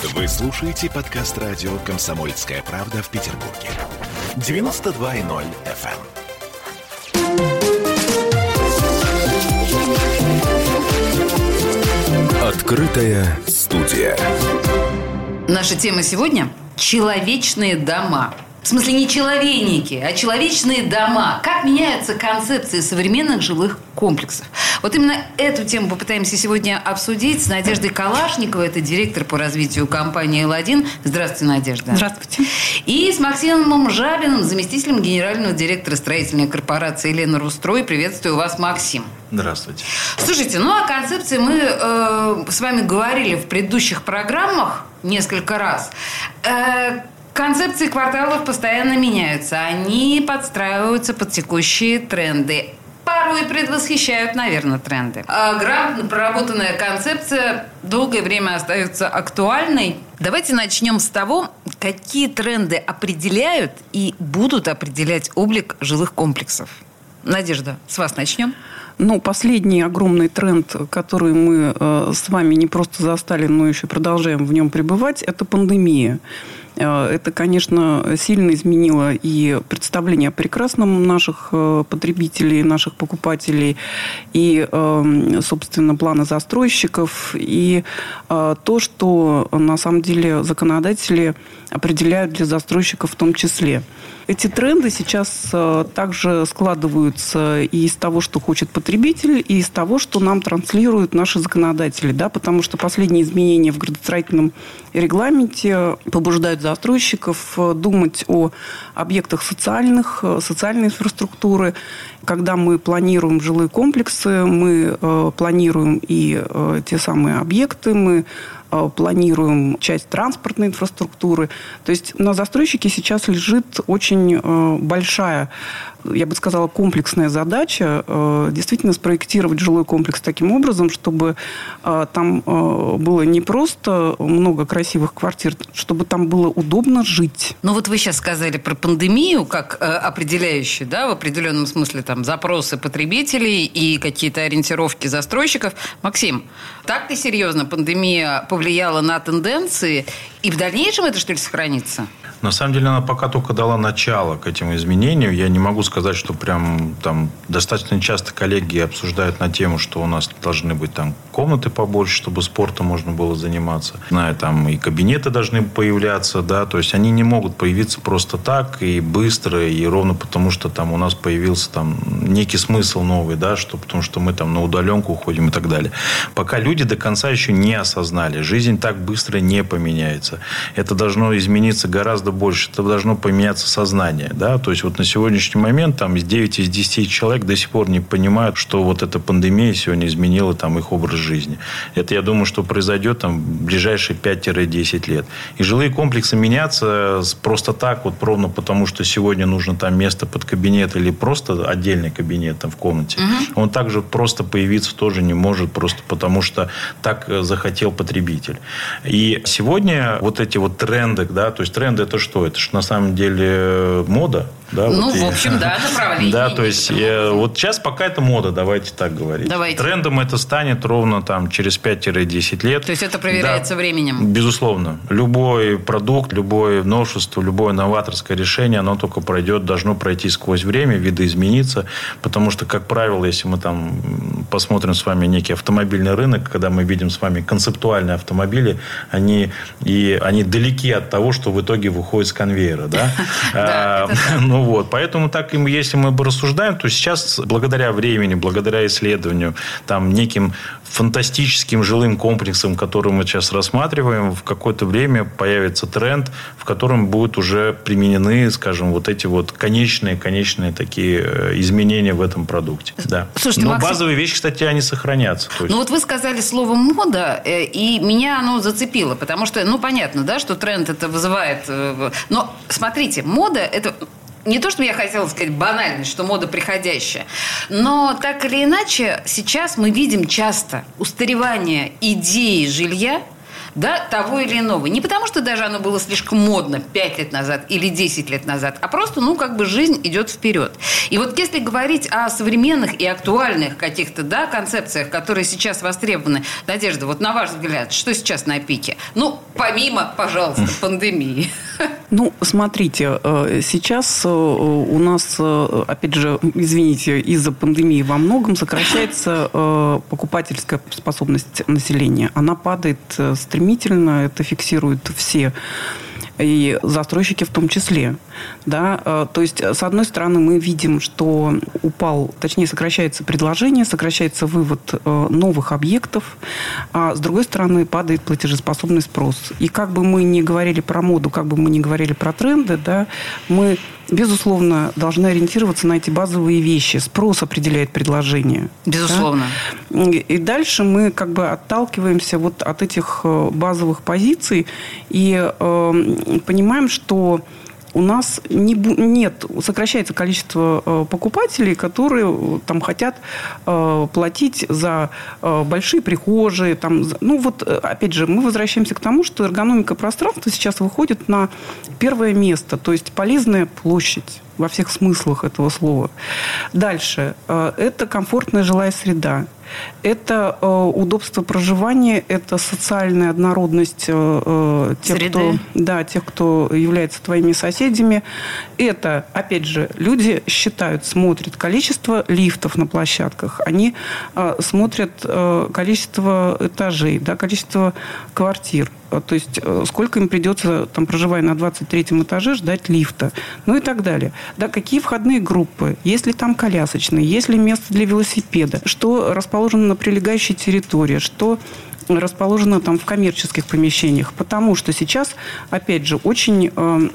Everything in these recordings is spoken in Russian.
Вы слушаете подкаст радио «Комсомольская правда» в Петербурге. 92.0 FM. Открытая студия. Наша тема сегодня – человечные дома. В смысле, не человейники, а человечные дома. Как меняются концепции современных жилых комплексов? Вот именно эту тему попытаемся сегодня обсудить с Надеждой Калашниковой. Это директор по развитию компании «Л1». Здравствуйте, Надежда. Здравствуйте. И с Максимом Жабиным, заместителем генерального директора строительной корпорации «Ленрустрой». Приветствую вас, Максим. Здравствуйте. Слушайте, о концепции мы с вами говорили в предыдущих программах несколько раз. Концепции кварталов постоянно меняются. Они подстраиваются под текущие тренды. Порой предвосхищают, наверное, тренды. А грамотно проработанная концепция долгое время остается актуальной. Давайте начнем с того, какие тренды определяют и будут определять облик жилых комплексов. Надежда, с вас начнем. Последний огромный тренд, который мы с вами не просто застали, но еще продолжаем в нем пребывать, это пандемия. Это, конечно, сильно изменило и представление о прекрасном наших потребителей, наших покупателей, и, собственно, планы застройщиков, и то, что, на самом деле, законодатели определяют для застройщиков в том числе. Эти тренды сейчас также складываются и из того, что хочет потребитель, и из того, что нам транслируют наши законодатели. Да? Потому что последние изменения в градостроительном регламенте побуждают застройщиков думать о объектах социальной инфраструктуры. Когда мы планируем жилые комплексы, мы планируем и те самые объекты, мы планируем часть транспортной инфраструктуры. То есть на застройщике сейчас лежит очень большая, я бы сказала, комплексная задача действительно спроектировать жилой комплекс таким образом, чтобы там было не просто много красивых квартир, чтобы там было удобно жить. Вот вы сейчас сказали про пандемию как определяющую, да, в определенном смысле там запросы потребителей и какие-то ориентировки застройщиков. Максим, так ли серьезно пандемия повлияла на тенденции, и в дальнейшем это, что ли, сохранится? На самом деле, она пока только дала начало к этим изменениям. Я не могу сказать, что прям там достаточно часто коллеги обсуждают на тему, что у нас должны быть там комнаты побольше, чтобы спортом можно было заниматься. Знаю, там и кабинеты должны появляться, да, то есть они не могут появиться просто так и быстро, и ровно потому, что там у нас появился там некий смысл новый, да, что потому что мы там на удаленку уходим и так далее. Пока люди до конца еще не осознали, жизнь так быстро не поменяется. Это должно измениться гораздо больше, это должно поменяться сознание, да, то есть вот на сегодняшний момент там 9 из 10 человек до сих пор не понимают, что вот эта пандемия сегодня изменила там их образ жизни. Это, я думаю, что произойдет там в ближайшие 5-10 лет. И жилые комплексы меняться просто так, вот ровно потому, что сегодня нужно там место под кабинет или просто отдельный кабинет там в комнате, он также просто появиться тоже не может, просто потому что так захотел потребитель. И сегодня вот эти вот тренды, да, то есть тренды это что? Это же на самом деле мода. Да, в общем, да, направление. Да, то есть вот сейчас пока это мода, давайте так говорить. Давайте. Трендом это станет ровно там через 5-10 лет. То есть это проверяется временем? Безусловно. Любой продукт, любое новшество, любое новаторское решение, оно только должно пройти сквозь время, видоизмениться, потому что, как правило, если мы там посмотрим с вами некий автомобильный рынок, когда мы видим с вами концептуальные автомобили, они далеки от того, что в итоге выходит с конвейера, да? Поэтому так, если мы рассуждаем, то сейчас благодаря времени, благодаря исследованию, там неким фантастическим жилым комплексам, которые мы сейчас рассматриваем, в какое-то время появится тренд, в котором будут уже применены, скажем, вот эти вот конечные такие изменения в этом продукте. Да. Слушайте, но Максим, базовые вещи, кстати, они сохранятся. Вот вы сказали слово «мода», и меня оно зацепило, потому что, понятно, да, что тренд это вызывает... Но, смотрите, мода – это... Не то, что я хотела сказать банальность, что мода приходящая, но так или иначе сейчас мы видим часто устаревание идеи жилья, да, того или иного. Не потому, что даже оно было слишком модно 5 лет назад или 10 лет назад, а просто, жизнь идет вперед. И вот если говорить о современных и актуальных каких-то, да, концепциях, которые сейчас востребованы, Надежда, вот на ваш взгляд, что сейчас на пике? Помимо, пожалуйста, пандемии. Смотрите, сейчас у нас, опять же, извините, из-за пандемии во многом сокращается покупательская способность населения. Она падает стремительно, это фиксируют все, и застройщики в том числе. Да? То есть, с одной стороны, мы видим, что сокращается предложение, сокращается вывод новых объектов, а с другой стороны, падает платежеспособный спрос. И как бы мы ни говорили про моду, как бы мы ни говорили про тренды, да, мы, безусловно, должны ориентироваться на эти базовые вещи. Спрос определяет предложение. Безусловно. Да? И дальше мы отталкиваемся от этих базовых позиций и понимаем, что у нас сокращается количество покупателей, которые хотят платить за большие прихожие. Опять же, мы возвращаемся к тому, что эргономика пространства сейчас выходит на первое место, то есть полезная площадь во всех смыслах этого слова. Дальше. Это комфортная жилая среда. Это удобство проживания, это социальная однородность тех, кто является твоими соседями. Это, опять же, люди смотрят количество лифтов на площадках, они смотрят количество этажей, да, количество квартир. То есть, сколько им придется, проживая на 23-м этаже, ждать лифта. И так далее. Да, какие входные группы? Есть ли там колясочные? Есть ли место для велосипеда? Что расположено на прилегающей территории? Что расположено в коммерческих помещениях? Потому что сейчас, опять же, очень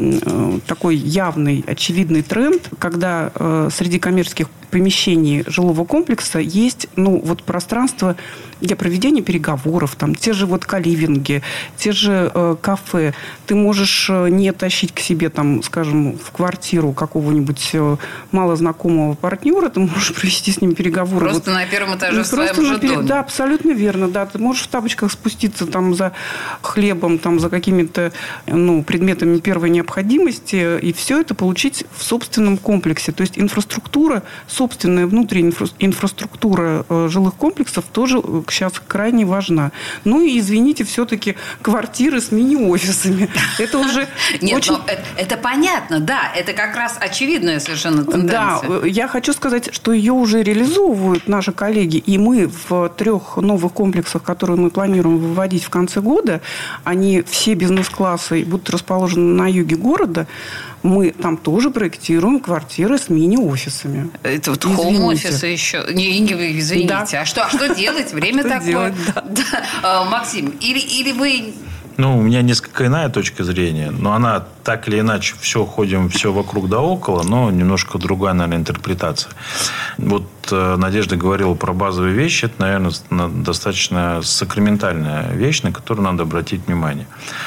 такой явный, очевидный тренд, когда среди коммерческих помещений жилого комплекса есть пространство для проведения переговоров, те же коливинги, те же кафе. Ты можешь не тащить к себе, скажем, в квартиру какого-нибудь малознакомого партнера, ты можешь провести с ним переговоры. Просто на первом этаже в своем же доме. Да, абсолютно верно. Да. Ты можешь в тапочках спуститься за хлебом, за какими-то предметами первой необходимости, и все это получить в собственном комплексе. То есть инфраструктура, собственная внутренняя инфраструктура жилых комплексов тоже сейчас крайне важна. И, извините, все-таки квартиры с мини-офисами. Это уже очень... это понятно, да. Это как раз очевидная совершенно тенденция. Да, я хочу сказать, что ее уже реализовывают наши коллеги, и мы в 3 новых комплексах, которые мы планируем выводить в конце года, они все бизнес-классы будут расположены на юге города, мы там тоже проектируем квартиры с мини-офисами. Это хоум-офисы еще. Извините. Да. А что делать? Время такое. Да. Максим, или вы... У меня несколько иная точка зрения, но она так или иначе все вокруг да около, но немножко другая, наверное, интерпретация. Надежда говорила про базовые вещи. Это, наверное, достаточно сакраментальная вещь, на которую надо обратить внимание.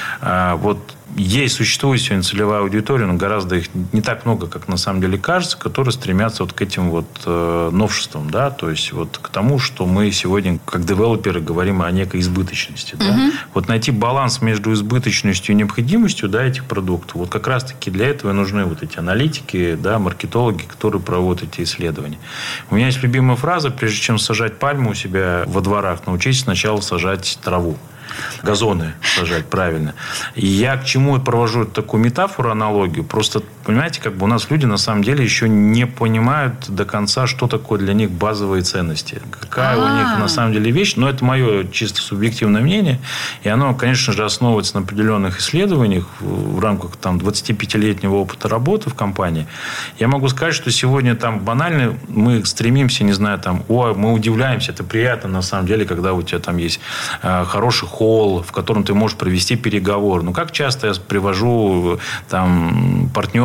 Существует сегодня целевая аудитория, но гораздо их не так много, как на самом деле кажется, которые стремятся к этим новшествам, да, то есть к тому, что мы сегодня, как девелоперы, говорим о некой избыточности. Да? Найти баланс между избыточностью и необходимостью, да, этих продуктов. Как раз-таки для этого и нужны эти аналитики, да, маркетологи, которые проводят эти исследования. У меня есть любимая фраза: прежде чем сажать пальму у себя во дворах, научитесь сначала сажать траву. Газоны сажать правильно. И я к чему провожу такую метафору, аналогию? Просто, понимаете, у нас люди на самом деле еще не понимают до конца, что такое для них базовые ценности. Какая у них на самом деле вещь. Но это мое чисто субъективное мнение. И оно, конечно же, основывается на определенных исследованиях в рамках 25-летнего опыта работы в компании. Я могу сказать, что сегодня банально мы стремимся, не знаю, мы удивляемся, это приятно на самом деле, когда у тебя есть хороший холл, в котором ты можешь провести переговоры. Как часто я привожу партнеров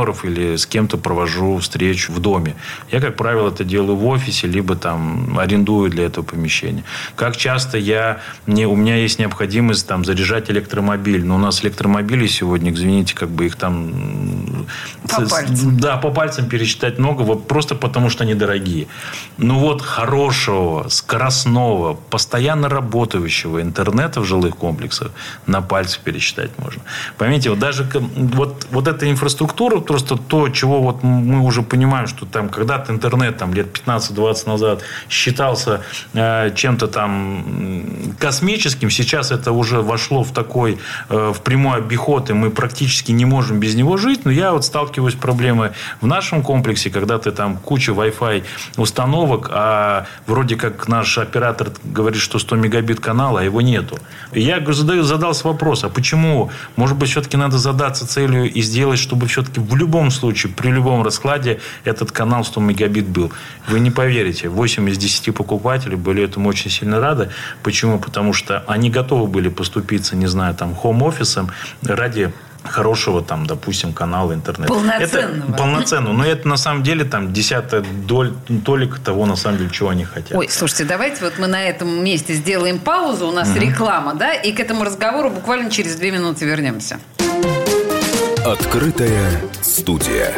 партнеров или с кем-то провожу встречу в доме. Я, как правило, это делаю в офисе, либо там арендую для этого помещение. Как часто у меня есть необходимость там заряжать электромобиль. Но у нас электромобилей сегодня, извините, как бы их там... По пальцам. Да, по пальцам пересчитать много, вот просто потому что они дорогие. Ну вот хорошего, скоростного, постоянно работающего интернета в жилых комплексах на пальцах пересчитать можно. Поймите, вот даже вот эта инфраструктура, просто то, чего вот мы уже понимаем, что там когда-то интернет там, лет 15-20 назад считался чем-то там космическим, сейчас это уже вошло в такой в прямой обиход, и мы практически не можем без него жить. Но я вот сталкиваюсь с проблемой в нашем комплексе, когда ты там куча Wi-Fi установок, а вроде как наш оператор говорит, что 100 мегабит канала, а его нету. И я задался вопрос, а почему? Может быть, все-таки надо задаться целью и сделать, чтобы все-таки в любом случае, при любом раскладе этот канал 100 мегабит был. Вы не поверите, 8 из 10 покупателей были этому очень сильно рады. Почему? Потому что они готовы были поступиться, не знаю, там, хоум-офисом ради хорошего, там, допустим, канала интернета. Полноценного. Это полноценного. Но это, на самом деле, там, 10-я толика того, на самом деле, чего они хотят. Ой, слушайте, давайте вот мы на этом месте сделаем паузу. У нас реклама, да? И к этому разговору буквально через 2 минуты вернемся. Открытая студия.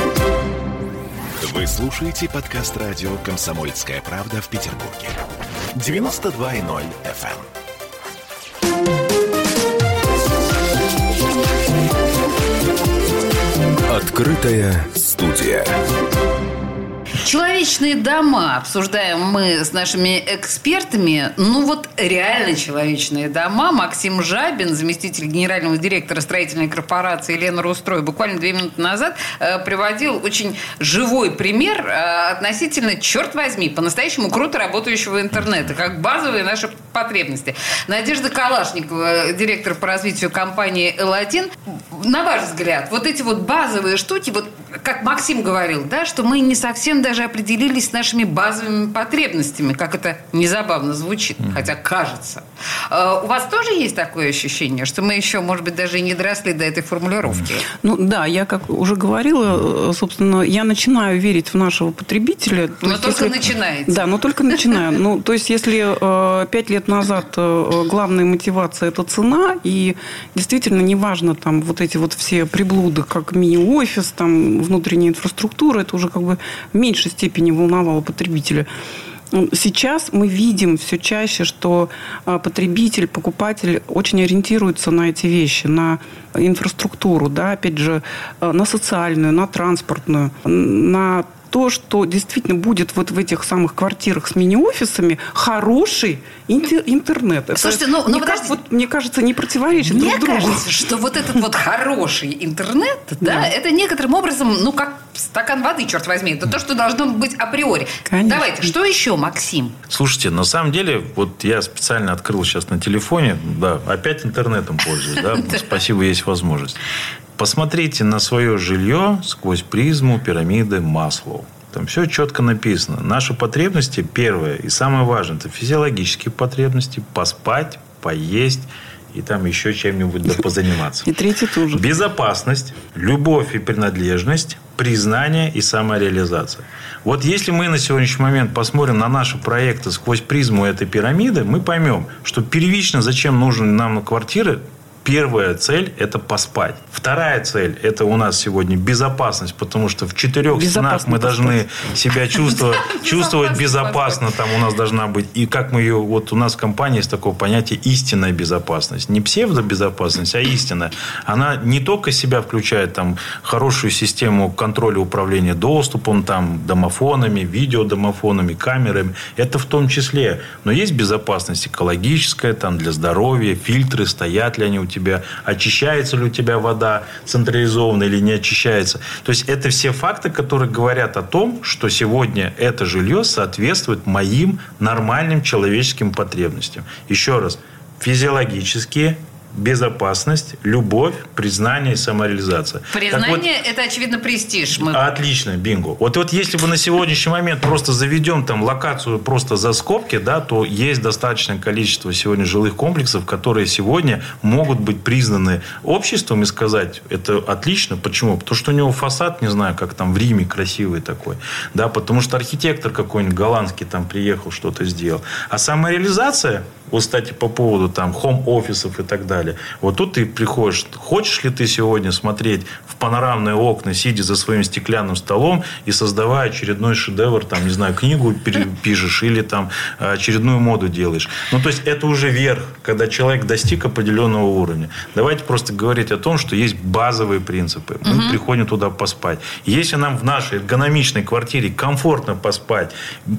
Вы слушаете подкаст радио «Комсомольская правда» в Петербурге. 92.0 FM. Открытая студия. Человечные дома обсуждаем мы с нашими экспертами. Ну вот реально человечные дома. Максим Жабин, заместитель генерального директора строительной корпорации «Ленрустрой», буквально 2 минуты назад приводил очень живой пример относительно, черт возьми, по-настоящему круто работающего интернета, как базовые наши потребности. Надежда Калашникова, директор по развитию компании «L1». На ваш взгляд, вот эти вот базовые штуки, вот как Максим говорил, да, что мы не совсем даже определились с нашими базовыми потребностями, как это незабавно звучит, хотя кажется. У вас тоже есть такое ощущение, что мы еще, может быть, даже и не доросли до этой формулировки? Ну да, я, как уже говорила, собственно, я начинаю верить в нашего потребителя. Но только начинаете. Да, но только начинаю. Ну, то есть, если 5 лет назад главная мотивация – это цена, и действительно неважно там вот эти вот все приблуды, как мини-офис, там внутренняя инфраструктура, это уже как бы в меньшей степени волновало потребителя. Сейчас мы видим все чаще, что потребитель, покупатель очень ориентируется на эти вещи, на инфраструктуру, да, опять же, на социальную, на транспортную, на то, что действительно будет вот в этих самых квартирах с мини-офисами хороший интернет. Слушайте, ну никак, вот, мне кажется, не противоречит друг другу. Мне кажется, что вот этот вот хороший интернет, да, это некоторым образом, ну, как стакан воды, черт возьми. Это то, что должно быть априори. Конечно. Давайте, что еще, Максим? Слушайте, на самом деле, вот я специально открыл сейчас на телефоне, да, опять интернетом пользуюсь, да, спасибо, есть возможность. Посмотрите на свое жилье сквозь призму пирамиды Маслоу. Там все четко написано. Наши потребности, первое и самое важное, это физиологические потребности. Поспать, поесть и там еще чем-нибудь да позаниматься. И третье тоже. Безопасность, любовь и принадлежность, признание и самореализация. Вот если мы на сегодняшний момент посмотрим на наши проекты сквозь призму этой пирамиды, мы поймем, что первично зачем нужны нам квартиры. Первая цель – это поспать. Вторая цель – это у нас сегодня безопасность, потому что в 4 стенах мы должны себя чувствовать безопасно. Там у нас должна быть, и как мы ее, вот у нас в компании есть такое понятие истинная безопасность. Не псевдобезопасность, а истинная. Она не только себя включает там хорошую систему контроля управления доступом, там домофонами, видеодомофонами, камерами. Это в том числе. Но есть безопасность экологическая, там для здоровья, фильтры, стоят ли они у тебя, очищается ли у тебя вода централизованно или не очищается. То есть это все факты, которые говорят о том, что сегодня это жилье соответствует моим нормальным человеческим потребностям. Еще раз, физиологические, безопасность, любовь, признание и самореализация. Признание – это, очевидно, престиж. Отлично, бинго. Вот если бы на сегодняшний момент просто заведем там локацию просто за скобки, да, то есть достаточное количество сегодня жилых комплексов, которые сегодня могут быть признаны обществом и сказать, это отлично. Почему? Потому что у него фасад, не знаю, как там в Риме красивый такой. Да, потому что архитектор какой-нибудь голландский там приехал, что-то сделал. А самореализация, вот, кстати, по поводу там хоум-офисов и так далее. Вот тут ты приходишь. Хочешь ли ты сегодня смотреть в панорамные окна, сидя за своим стеклянным столом и создавая очередной шедевр, там, не знаю, книгу пишешь или там очередную моду делаешь. Ну, то есть, это уже верх, когда человек достиг определенного уровня. Давайте просто говорить о том, что есть базовые принципы. Мы приходим туда поспать. Если нам в нашей эргономичной квартире комфортно поспать,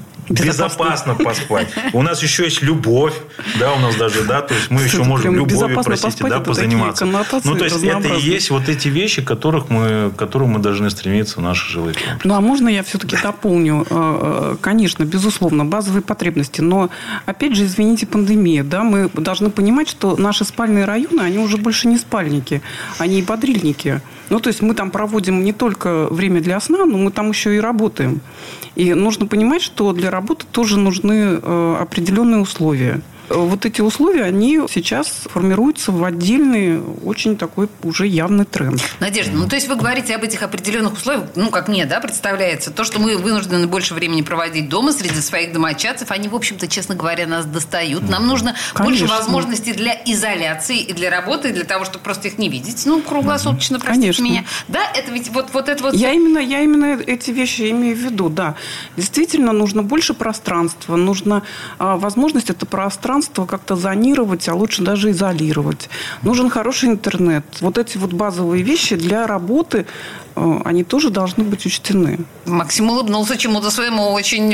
безопасно поспать. У нас еще есть любовь, да, у нас даже, да, то есть мы еще можем любовью, простите, да, позаниматься. Ну, то есть это и есть вот эти вещи, к которым мы должны стремиться в наших жилых комплексах. Ну, а можно я все-таки дополню? Конечно, безусловно, базовые потребности. Но, опять же, извините, пандемия, да, мы должны понимать, что наши спальные районы, они уже больше не спальники, они бодрильники. Ну, то есть мы там проводим не только время для сна, но мы там еще и работаем. И нужно понимать, что для работы тоже нужны определенные условия. Вот эти условия, они сейчас формируются в отдельный, очень такой уже явный тренд. Надежда, ну то есть вы говорите об этих определенных условиях, ну как мне, да, представляется, то, что мы вынуждены больше времени проводить дома среди своих домочадцев, они, в общем-то, честно говоря, нас достают. Нам нужно больше возможностей для изоляции и для работы, и для того, чтобы просто их не видеть. Ну, круглосуточно, простите меня. Да, это ведь вот это вот... Я именно эти вещи имею в виду, да. Действительно, нужно больше пространства, нужно возможность это пространство как-то зонировать, а лучше даже изолировать. Нужен хороший интернет. Вот эти вот базовые вещи для работы, они тоже должны быть учтены. Максим улыбнулся чему-то своему очень...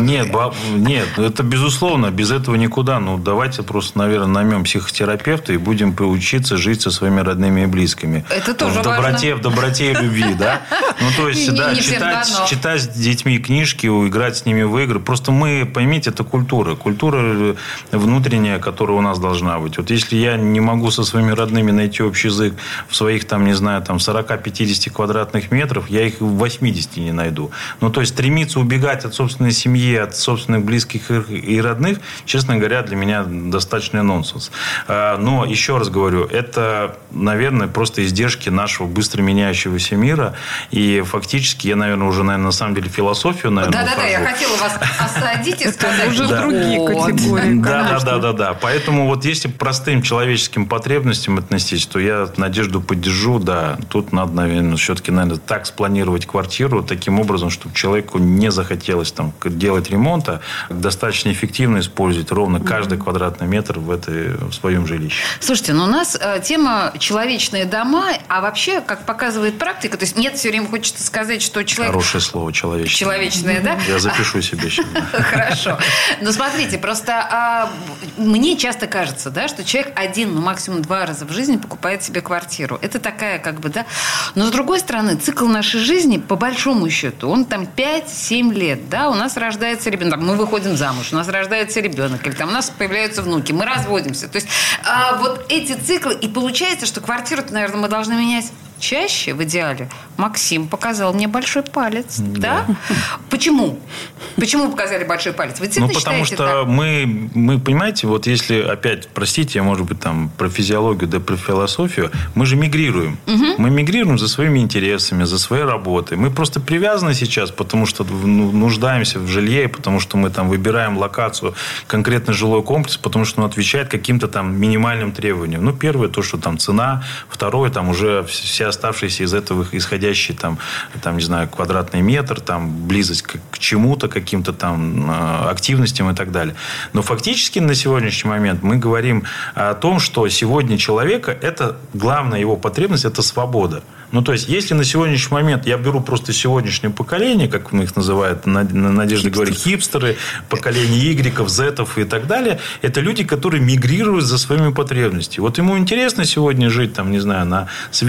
Нет, это безусловно, без этого никуда. Ну, давайте просто, наверное, наймем психотерапевта и будем учиться жить со своими родными и близкими. Это тоже важно. В доброте и любви, да? Ну, то есть, да, читать с детьми книжки, играть с ними в игры. Просто мы, поймите, это культура. Культура внутренняя, которая у нас должна быть. Вот если я не могу со своими родными найти общий язык в своих, там, не знаю, там, 40-50 квадратных метров, я их в 80 не найду. Ну, то есть, стремиться убегать от собственной семьи, от собственных близких и родных, честно говоря, для меня достаточно нонсенс. Но, еще раз говорю, это, наверное, просто издержки нашего быстро меняющегося мира. И фактически, я, наверное, на самом деле, философию, наверное, Да-да-да, я хотела вас осадить и сказать, уже другие категории. Да. Поэтому вот если к простым человеческим потребностям относиться, то я Надежду поддержу, да. Тут надо, наверное, все-таки, так спланировать квартиру таким образом, чтобы человеку не захотелось там делать ремонт, а достаточно эффективно использовать ровно каждый квадратный метр в своем жилище. Слушайте, у нас тема человечные дома, а вообще, как показывает практика, то есть нет, все время хочется сказать, что человек... Хорошее слово, человечное. Человечное, да? Я запишу себе сейчас. Хорошо. Но смотрите, просто мне часто кажется, да, что человек один, максимум 2 раза в жизни покупает себе квартиру. Это такая, да. Но с другой стороны, цикл нашей жизни, по большому счету, он там 5-7 лет, да, у нас рождается ребенок, мы выходим замуж, у нас рождается ребенок, или там у нас появляются внуки, мы разводимся. То есть вот эти циклы, и получается, что квартиру-то, наверное, мы должны менять чаще, в идеале. Максим показал мне большой палец. Да? Почему? Почему показали большой палец? Вы действительно потому считаете что так? мы, понимаете, вот если опять, простите, я, может быть, там про физиологию, да про философию, мы же мигрируем. Мы мигрируем за своими интересами, за своей работой. Мы просто привязаны сейчас, потому что нуждаемся в жилье, потому что мы там выбираем локацию, конкретно жилой комплекс, потому что он отвечает каким-то там минимальным требованиям. Ну, первое, то, что там цена, второе, там уже все оставшиеся из этого исходящие там, не знаю, квадратный метр, там, близость к чему-то, каким-то там активностям и так далее. Но фактически на сегодняшний момент мы говорим о том, что сегодня человека, это главная его потребность, это свобода. Ну, то есть, если на сегодняшний момент, я беру просто сегодняшнее поколение, как мы их называют, Надежда говорит, хипстеры, поколение Y, Зетов и так далее, это люди, которые мигрируют за своими потребностями. Вот ему интересно сегодня жить, там, не знаю, с видом на Финский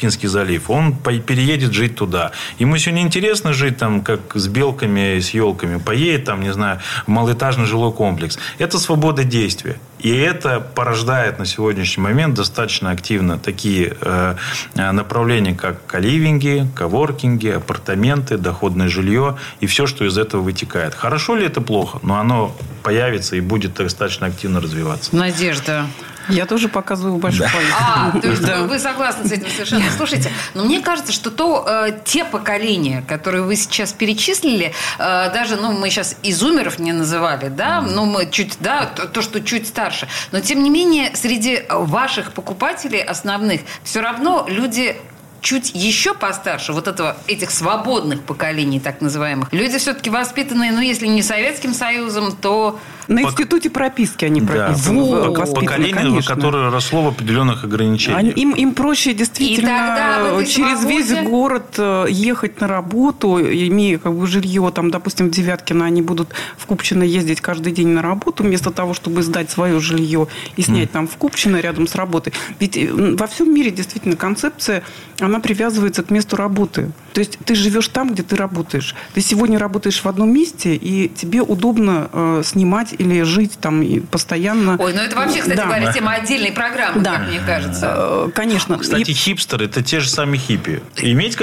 Финский залив, он переедет жить туда. Ему сегодня интересно жить там, как с белками, с елками. Поедет там, не знаю, в малоэтажный жилой комплекс. Это свобода действия. И это порождает на сегодняшний момент достаточно активно такие направления, как коливинги, коворкинги, апартаменты, доходное жилье и все, что из этого вытекает. Хорошо ли это плохо? Но оно появится и будет достаточно активно развиваться. Надежда. Я тоже показываю большой палец. То есть вы согласны с этим совершенно. Слушайте, но мне кажется, что те поколения, которые вы сейчас перечислили, даже, мы сейчас изумеров не называли, да, мы чуть, да, то, что чуть старше, но тем не менее среди ваших покупателей основных все равно люди чуть еще постарше, этих свободных поколений, так называемых, люди все-таки воспитанные, если не Советским Союзом, то... На институте прописки они прописаны. Поколение, которое росло в определенных ограничениях. Им проще действительно через весь город ехать на работу, имея жилье, допустим, в Девяткино, они будут в Купчино ездить каждый день на работу, вместо того, чтобы сдать свое жилье и снять там в Купчино рядом с работой. Ведь во всем мире действительно концепция, она привязывается к месту работы. То есть ты живешь там, где ты работаешь. Ты сегодня работаешь в одном месте, и тебе удобно снимать или жить там и постоянно. Ой, это вообще, кстати говоря, тема отдельной программы, как мне кажется. Конечно. Кстати, хипстеры – это те же самые хиппи. Иметь,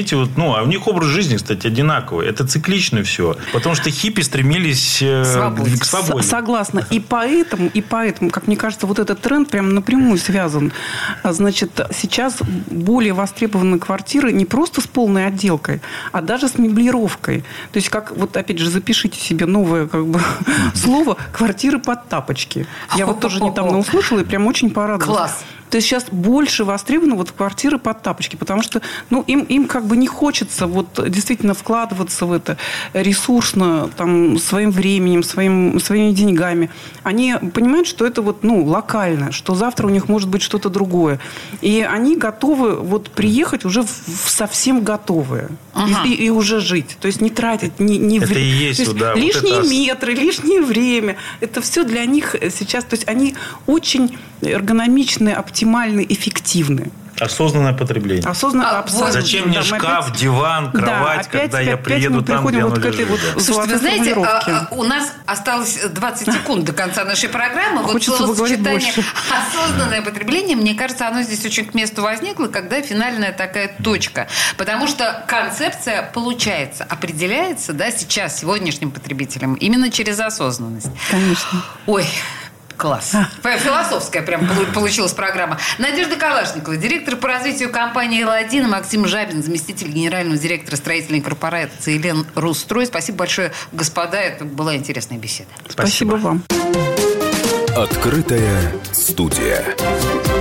а у них образ жизни, кстати, одинаковый. Это циклично все. Потому что хиппи стремились к свободе. Согласна. И поэтому, как мне кажется, этот тренд прям напрямую связан. Значит, сейчас более востребованы квартиры не просто с полной отделкой, а даже с меблировкой. То есть, опять же, запишите себе новое слово «квартиры под тапочки». Я тоже недавно услышала и прям очень порадовалась. Класс. То есть сейчас больше востребованы квартиры под тапочки, потому что им не хочется действительно вкладываться в это ресурсно, своим временем, своими деньгами. Они понимают, что это локально, что завтра у них может быть что-то другое. И они готовы приехать уже совсем готовые. И уже жить. То есть не тратить ни это и есть, лишние метры, лишнее время. Это все для них сейчас. То есть они очень эргономичные, оптимальны, эффективны. Осознанное потребление. Зачем мне шкаф, диван, кровать, когда я приеду там, где оно лежит? Слушайте, вы знаете, у нас осталось 20 секунд до конца нашей программы. Словосочетание «осознанное потребление», мне кажется, оно здесь очень к месту возникло, когда финальная такая точка. Потому что концепция, получается, определяется сейчас сегодняшним потребителем именно через осознанность. Конечно. Ой, класс. Философская прям получилась программа. Надежда Калашникова, директор по развитию компании «Л1», Максим Жабин, заместитель генерального директора строительной корпорации «Ленрустрой». Спасибо большое, господа. Это была интересная беседа. Спасибо вам. Открытая студия.